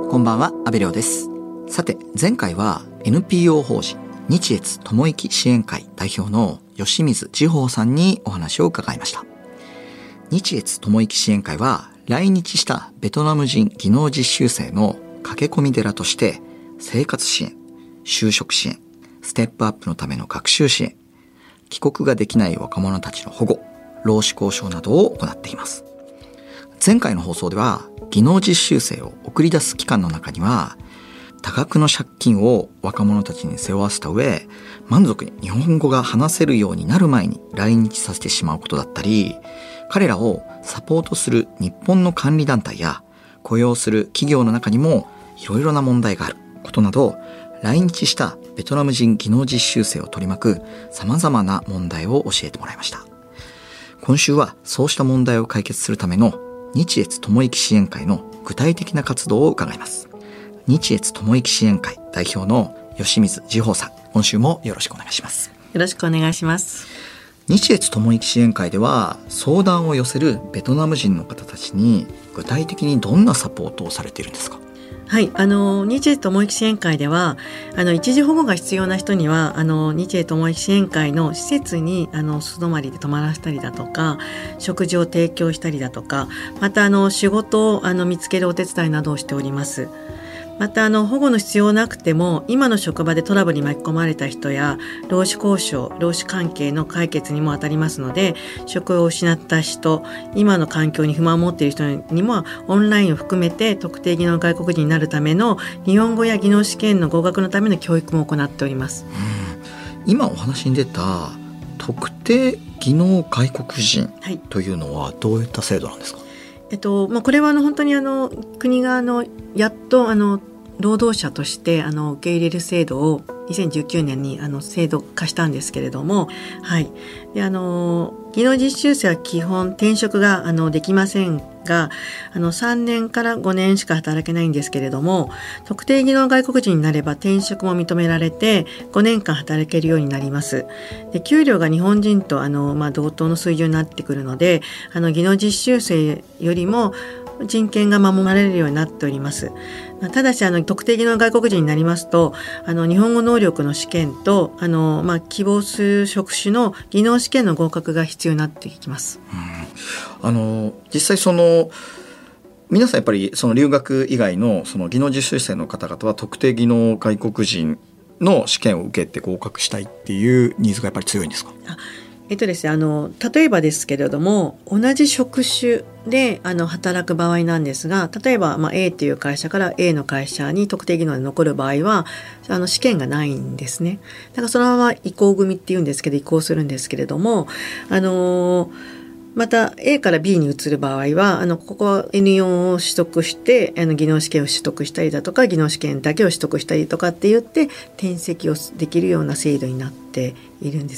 こんばんは、阿部亮です。さて、前回は NPO 法人日越友生支援会代表の吉水次宝さんにお話を伺いました。日越友生支援会は来日したベトナム人技能実習生の駆け込み寺として生活支援、就職支援、ステップアップのための学習支援、帰国ができない若者たちの保護、労使交渉などを行っています。前回の放送では技能実習生を送り出す期間の中には多額の借金を若者たちに背負わせた上、満足に日本語が話せるようになる前に来日させてしまうことだったり、彼らをサポートする日本の管理団体や雇用する企業の中にもいろいろな問題があることなど、来日したベトナム人技能実習生を取り巻く様々な問題を教えてもらいました。今週はそうした問題を解決するための日越友生支援会の具体的な活動を伺います。日越友生支援会代表の吉水次宝さん、今週もよろしくお願いします。 よろしくお願いします。 日越友生支援会では相談を寄せるベトナム人の方たちに具体的にどんなサポートをされているんですか？ はい、日越友生支援会では一時保護が必要な人には日越友生支援会の施設に素泊まりで泊まらせたりだとか、食事を提供したりだとか、また仕事を見つけるお手伝いなどをしております。また保護の必要なくても今の職場でトラブルに巻き込まれた人や労使交渉、労使関係の解決にも当たりますので、職を失った人、今の環境に不満を持っている人にもオンラインを含めて特定技能外国人になるための日本語や技能試験の合格のための教育も行っております。 今お話に出た特定技能外国人というのはどういった制度なんですか？ これは本当に国がやっと労働者として受け入れる制度を2019年に制度化したんですけれども、はい。で技能実習生は基本転職ができませんが、3年から5年しか働けないんですけれども、特定技能外国人になれば転職も認められて5年間働けるようになります。で給料が日本人と同等の水準になってくるので、技能実習生よりも人権が守られるようになっております。ただし特定技能外国人になりますと日本語能力の試験と希望する職種の技能試験の合格が必要になってきます。 実際皆さんやっぱり留学以外の技能実習生の方々は特定技能外国人の試験を受けて合格したいっていうニーズがやっぱり強いんですか？ ですね、例えばですけれども、同じ職種で働く場合なんですが、例えば、A という会社から A の会社に特定技能で残る場合は試験がないんですね。だからそのまま移行組っていうんですけど、移行するんですけれども、また A から B に移る場合はここは N4 を取得して技能試験を取得したりだとか、技能試験だけを取得したりとかって言って転籍をできるような制度になっているんです。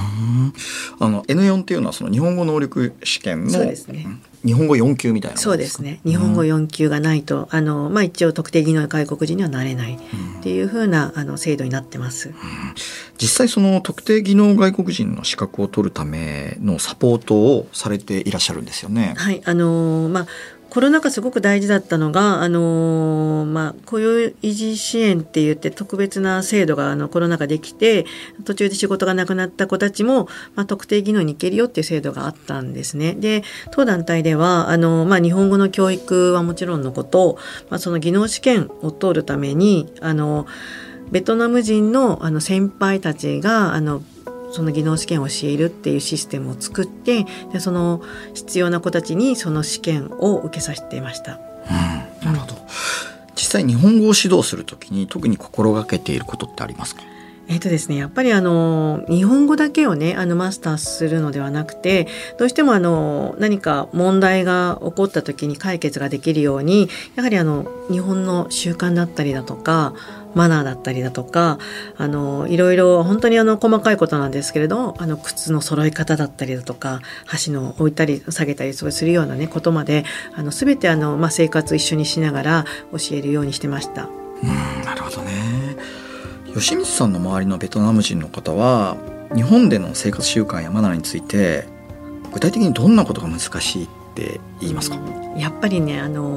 N4 っていうのは日本語能力試験の、 そうですね、 日本語4級みたいなものですか？ そうですね、日本語4級がないと一応特定技能外国人にはなれないっていう風な制度になってます。 実際特定技能外国人の資格を取るためのサポートをされていらっしゃるんですよね。 はい、コロナ禍すごく大事だったのが雇用維持支援って言って特別な制度がコロナ禍できて、途中で仕事がなくなった子たちも、特定技能に行けるよっていう制度があったんですね。で当団体では日本語の教育はもちろんのこと、その技能試験を通るためにベトナム人の先輩たちがその技能試験を教えるっていうシステムを作って、でその必要な子たちにその試験を受けさせていました。 なるほど。実際日本語を指導するときに特に心がけていることってありますか？ ですね、やっぱり日本語だけをねマスターするのではなくて、どうしても何か問題が起こった時に解決ができるように、やはり日本の習慣だったりだとかマナーだったりだとかいろいろ本当に細かいことなんですけれど、靴の揃い方だったりだとか箸の置いたり下げたりするようなねことまで全て生活一緒にしながら教えるようにしてました。 なるほどね。吉光さんの周りのベトナム人の方は日本での生活習慣やマナーについて具体的にどんなことが難しいって言いますか？ やっぱりね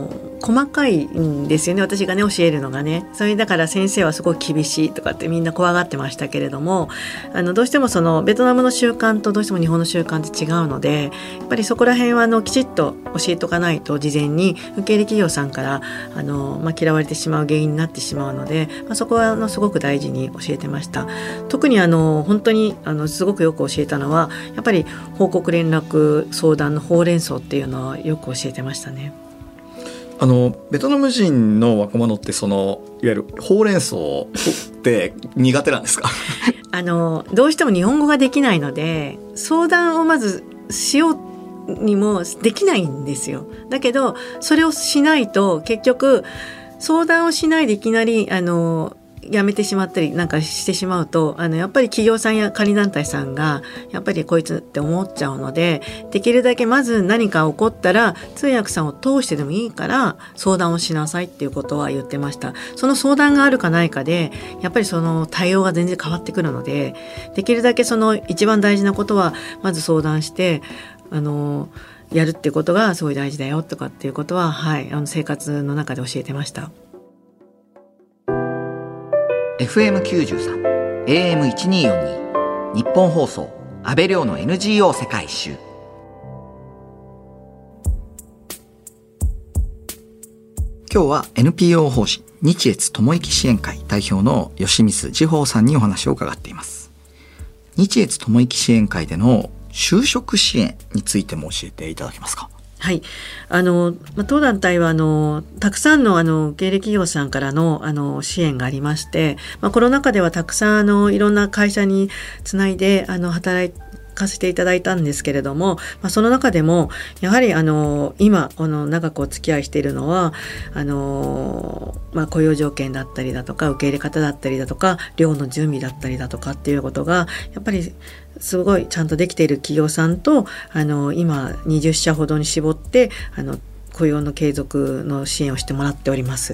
細かいんですよね、私がね教えるのがね。それだから先生はすごい厳しいとかってみんな怖がってましたけれども、どうしてもそのベトナムの習慣とどうしても日本の習慣って違うので、やっぱりそこら辺はきちっと教えとかないと事前に受け入れ企業さんから嫌われてしまう原因になってしまうので、そこはすごく大事に教えてました。特に本当にすごくよく教えたのはやっぱり報告連絡相談のほうれん草っていうのはよく教えてましたね。 ベトナム人の若者っていわゆるほうれん草って苦手なんですか？ どうしても日本語ができないので相談をまずしようにもできないんですよ。だけどそれをしないと結局相談をしないでいきなりやめてしまったりなんかしてしまうとやっぱり企業さんや管理団体さんがやっぱりこいつって思っちゃうので、できるだけまず何か起こったら通訳さんを通してでもいいから相談をしなさいっていうことは言ってました。その相談があるかないかでやっぱりその対応が全然変わってくるので、できるだけその一番大事なことはまず相談してやるっていうことがすごい大事だよとかっていうことは、生活の中で教えてました。 FM93 AM1242 日本放送安倍亮の NGO 世界一周。今日は NPO 法人日越友生支援会代表の吉水次宝さんにお話を伺っています。日越友生支援会での就職支援についても教えていただけますか？ はい、当団体はたくさんの受け入れ企業さんからの支援がありまして、コロナ禍ではたくさんいろんな会社につないで働かせていただいたんですけれども、その中でもやはり今長くお付き合いしているのは雇用条件だったりだとか受け入れ方だったりだとか寮の準備だったりだとかっていうことがやっぱりすごいちゃんとできている企業さんと今20社ほどに絞って雇用の継続の支援をしてもらっております。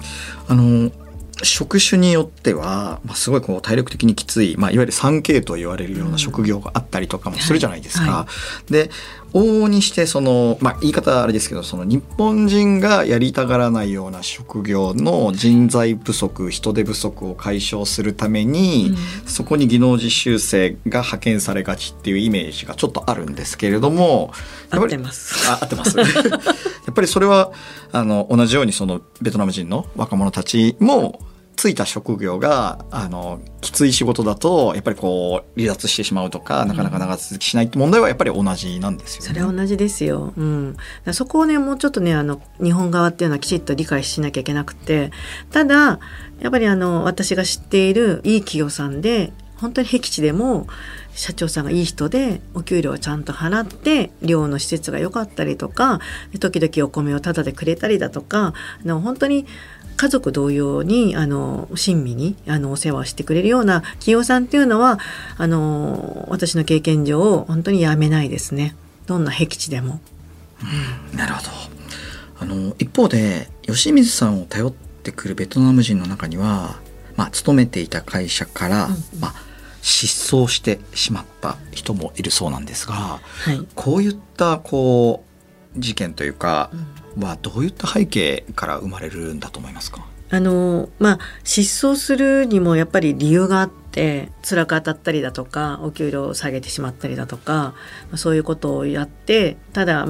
職種によっては、すごい体力的にきつい、いわゆる 3K と言われるような職業があったりとかもするじゃないですか。で往々にして言い方あれですけど日本人がやりたがらないような職業の人材不足人手不足を解消するために、そこに技能実習生が派遣されがちっていうイメージがちょっとあるんですけれども、 合ってます。 合ってますやっぱりそれは同じようにベトナム人の若者たちもついた職業がきつい仕事だとやっぱり離脱してしまうとかなかなか長続きしないって問題はやっぱり同じなんですよね。 それは同じですよ、そこをねもうちょっとね日本側っていうのはきちっと理解しなきゃいけなくて、ただやっぱり私が知っているいい企業さんで本当に僻地でも社長さんがいい人でお給料をちゃんと払って寮の施設が良かったりとか時々お米をタダでくれたりだとか本当に家族同様に親身にお世話をしてくれるような企業さんっていうのは私の経験上本当にやめないですね、どんな僻地でも。 なるほど。一方で吉水さんを頼ってくるベトナム人の中には、勤めていた会社から、失踪してしまった人もいるそうなんですが、こういった事件というか、どういった背景から生まれるんだと思いますか？ 失踪するにもやっぱり理由があって辛く当たったりだとかお給料を下げてしまったりだとかそういうことをやって、ただ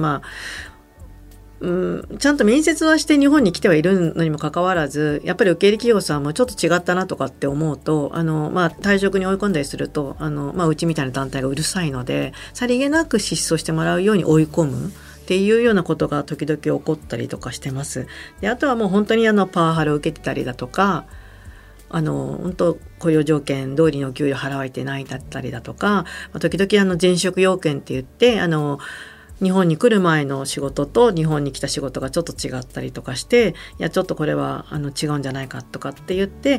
ちゃんと面接はして日本に来てはいるのにもかかわらずやっぱり受け入れ企業さんもちょっと違ったなとかって思うと退職に追い込んだりするとうちみたいな団体がうるさいのでさりげなく失踪してもらうように追い込むっていうようなことが時々起こったりとかしてます。であとはもう本当にパワハラを受けてたりだとか本当雇用条件通りのお給料払われてないだったりだとか時々前職要件って言って日本に来る前の仕事と日本に来た仕事がちょっと違ったりとかしていやちょっとこれは違うんじゃないかとかって言って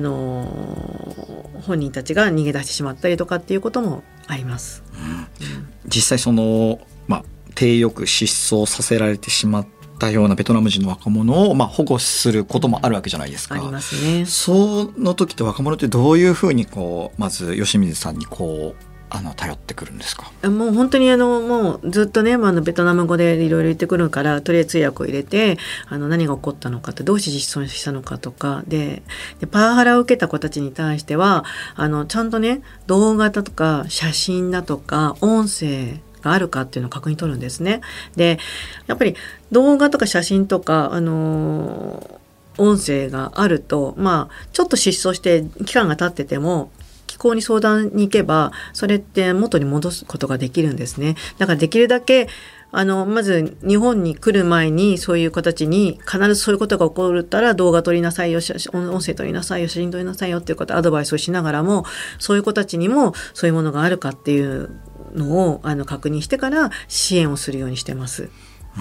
本人たちが逃げ出してしまったりとかっていうこともあります。 実際体よく失踪させられてしまったようなベトナム人の若者を保護することもあるわけじゃないですか。 ありますね。 その時って若者ってどういうふうにまず吉水さんに頼ってくるんですか？ もう本当にもうずっとね、ベトナム語でいろいろ言ってくるから、とりあえず通訳を入れて何が起こったのかって、どうして実装したのかとかでパワハラを受けた子たちに対してはちゃんとね、動画だとか写真だとか音声があるかっていうのを確認取るんですね。でやっぱり動画とか写真とか音声があると、ちょっと失踪して期間が経ってても機構に相談に行けばそれって元に戻すことができるんですね。だからできるだけまず日本に来る前にそういう子たちに必ずそういうことが起こったら動画撮りなさいよ、音声撮りなさいよ、写真撮りなさいよっていうことアドバイスをしながらも、そういう子たちにもそういうものがあるかっていうのを確認してから支援をするようにしてます。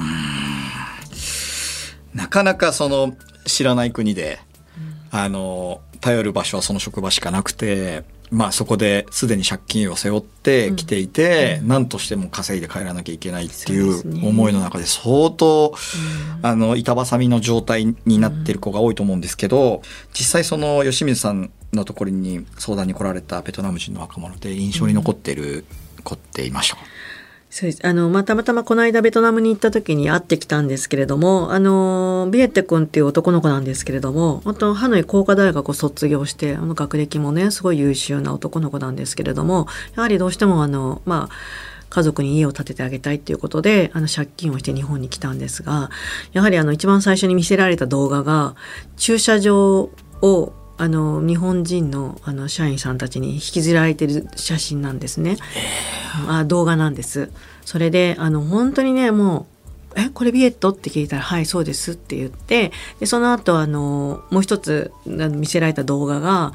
なかなか知らない国で、頼る場所はその職場しかなくて、そこですでに借金を背負ってきていて、何としても稼いで帰らなきゃいけないっていう思いの中で相当、板挟みの状態になっている子が多いと思うんですけど、実際吉水さんのところに相談に来られたベトナム人の若者で印象に残っている子っていましたか？ そうです。たまたまこの間ベトナムに行った時に会ってきたんですけれども、ビエッテ君っていう男の子なんですけれども、本当ハノイ工科大学を卒業して、学歴もね、すごい優秀な男の子なんですけれども、やはりどうしても家族に家を建ててあげたいっていうことで、借金をして日本に来たんですが、やはり一番最初に見せられた動画が、駐車場を日本人の社員さんたちに引きずられてる写真なんですね。動画なんです。それで本当にね、もうこれビエットって聞いたら、はいそうですって言って、でその後もう一つ見せられた動画が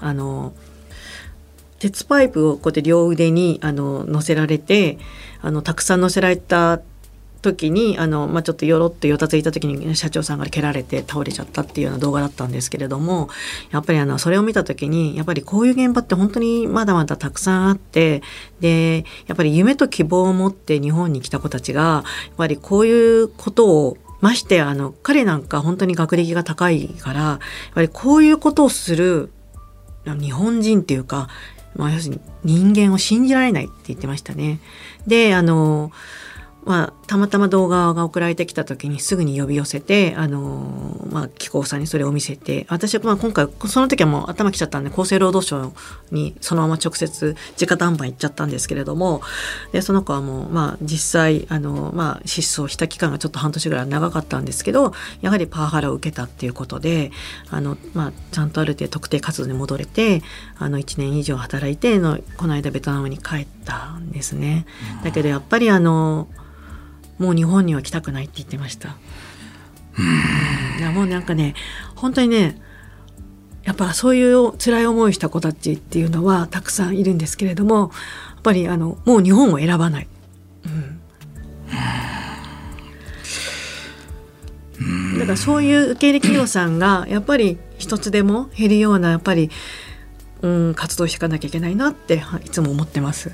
鉄パイプをこうやって両腕に乗せられてたくさん乗せられた時にちょっとよろっとよたついた時に社長さんが蹴られて倒れちゃったっていうような動画だったんですけれども、やっぱりそれを見た時にやっぱりこういう現場って本当にまだまだたくさんあって、でやっぱり夢と希望を持って日本に来た子たちがやっぱりこういうことをまして彼なんか本当に学歴が高いからやっぱりこういうことをする日本人っていうか、要するに人間を信じられないって言ってましたね。でたまたま動画が送られてきた時にすぐに呼び寄せて機構さんにそれを見せて、私は今回その時はもう頭きちゃったんで厚生労働省にそのまま直接直談判行っちゃったんですけれども、でその子はもう実際失踪した期間がちょっと半年ぐらい長かったんですけど、やはりパワハラを受けたっていうことでちゃんとある程度特定活動に戻れて1年以上働いてこの間ベトナムに帰ったんですね。だけどやっぱりもう日本には来たくないって言ってました。もうなんかね、本当にね、やっぱそういう辛い思いした子たちっていうのはたくさんいるんですけれども、やっぱりもう日本を選ばない。だからそういう受け入れ企業さんがやっぱり一つでも減るようなやっぱり、活動していかなきゃいけないなっていつも思ってます。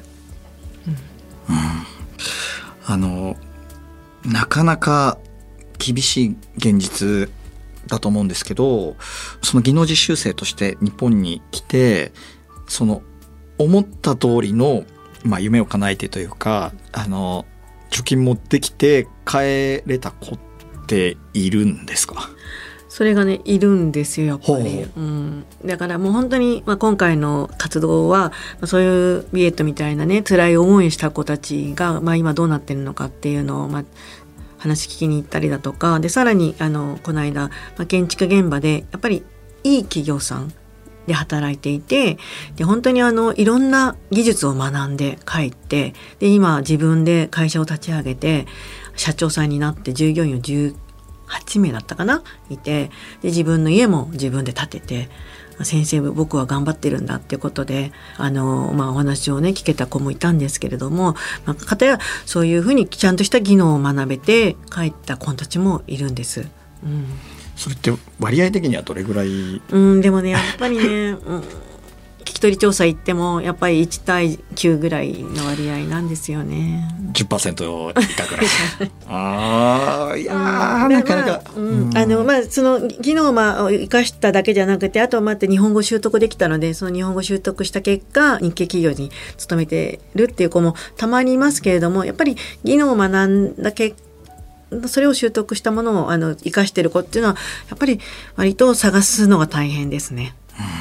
なかなか厳しい現実だと思うんですけど、その技能実習生として日本に来て思った通りの、夢を叶えてというか貯金もできて帰れた子っているんですか？ それがねいるんですよやっぱり。だからもう本当に、今回の活動はそういうビエットみたいなね辛い思いした子たちが、今どうなってるのかっていうのを、話聞きに行ったりだとかで、さらにこの間、建築現場でやっぱりいい企業さんで働いていて、で本当にいろんな技術を学んで帰って、で今自分で会社を立ち上げて社長さんになって従業員を8名だったかないて、で自分の家も自分で建てて、先生僕は頑張ってるんだっていうことでお話をね聞けた子もいたんですけれども、片やそういうふうにちゃんとした技能を学べて帰った子たちもいるんです。それって割合的にはどれぐらい？ でもねやっぱりね、聞き人調査行ってもやっぱり1対9ぐらいの割合なんですよね。 10% 以下ぐらいいやなかなか、 その技能を生かしただけじゃなくて、あと日本語習得できたので、その日本語習得した結果日系企業に勤めてるっていう子もたまにいますけれども、やっぱり技能を学んだ結果、それを習得したものを生かしている子っていうのはやっぱり割と探すのが大変ですね。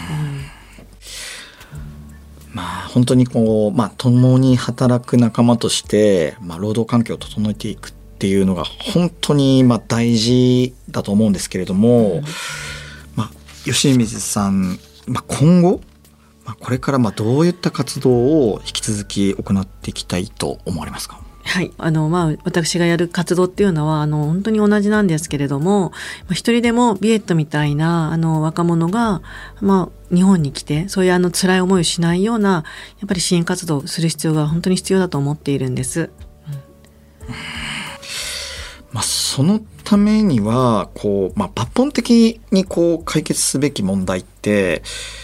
本当に共に働く仲間として、労働環境を整えていくっていうのが本当に大事だと思うんですけれども、吉水さん、今後、これからどういった活動を引き続き行っていきたいと思われますか？ はい、私がやる活動っていうのは本当に同じなんですけれども、一人でもビエットみたいな若者が、日本に来てそういう辛い思いをしないようなやっぱり支援活動をする必要が本当に必要だと思っているんです。 そのためには抜本的に解決すべき問題って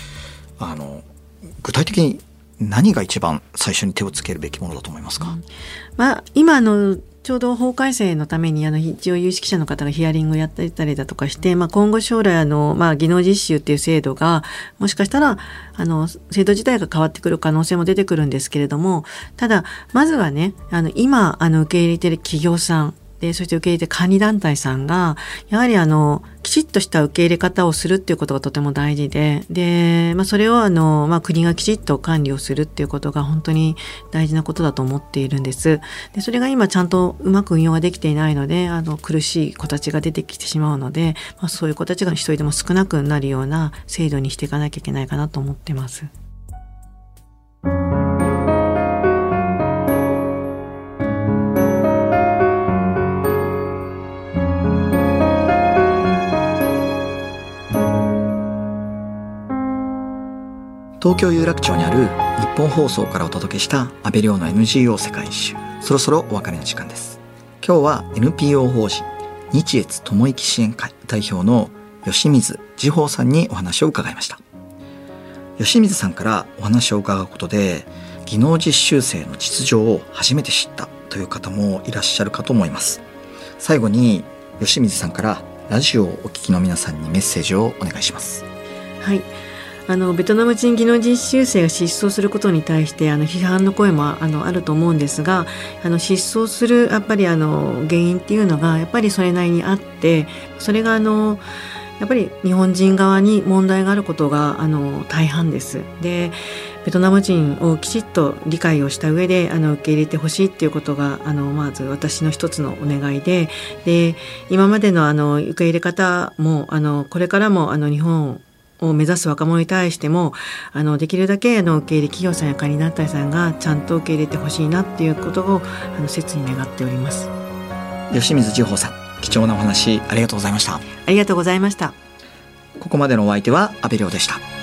具体的に何が一番最初に手をつけるべきものだと思いますか？ 今ちょうど法改正のために一応有識者の方がヒアリングをやっていたりだとかして、今後将来技能実習っていう制度がもしかしたら制度自体が変わってくる可能性も出てくるんですけれども、ただまずはね今受け入れている企業さんで、そして受け入れて管理団体さんがやはりきちっとした受け入れ方をするっていうことがとても大事で、それを国がきちっと管理をするっていうことが本当に大事なことだと思っているんです。でそれが今ちゃんとうまく運用ができていないので苦しい子たちが出てきてしまうので、そういう子たちが一人でも少なくなるような制度にしていかなきゃいけないかなと思ってます。 東京有楽町にある日本放送からお届けした安倍亮の NGO 世界一周、そろそろお別れの時間です。今日は NPO 法人日越友生支援会代表の吉水次宝さんにお話を伺いました。吉水さんからお話を伺うことで技能実習生の実情を初めて知ったという方もいらっしゃるかと思います。最後に吉水さんからラジオをお聞きの皆さんにメッセージをお願いします。 はい、ベトナム人技能実習生が失踪することに対して批判の声もあると思うんですが、失踪するやっぱり原因っていうのがやっぱりそれなりにあって、それがやっぱり日本人側に問題があることが大半です。でベトナム人をきちっと理解をした上で受け入れてほしいっていうことがまず私の一つのお願いで、今までの受け入れ方もこれからも日本を目指す若者に対してもできるだけ受け入れ企業さんや管理団体さんがちゃんと受け入れてほしいなっていうことを切に願っております。 吉水次宝さん、貴重なお話ありがとうございました。 ありがとうございました。 ここまでのお相手は安倍亮でした。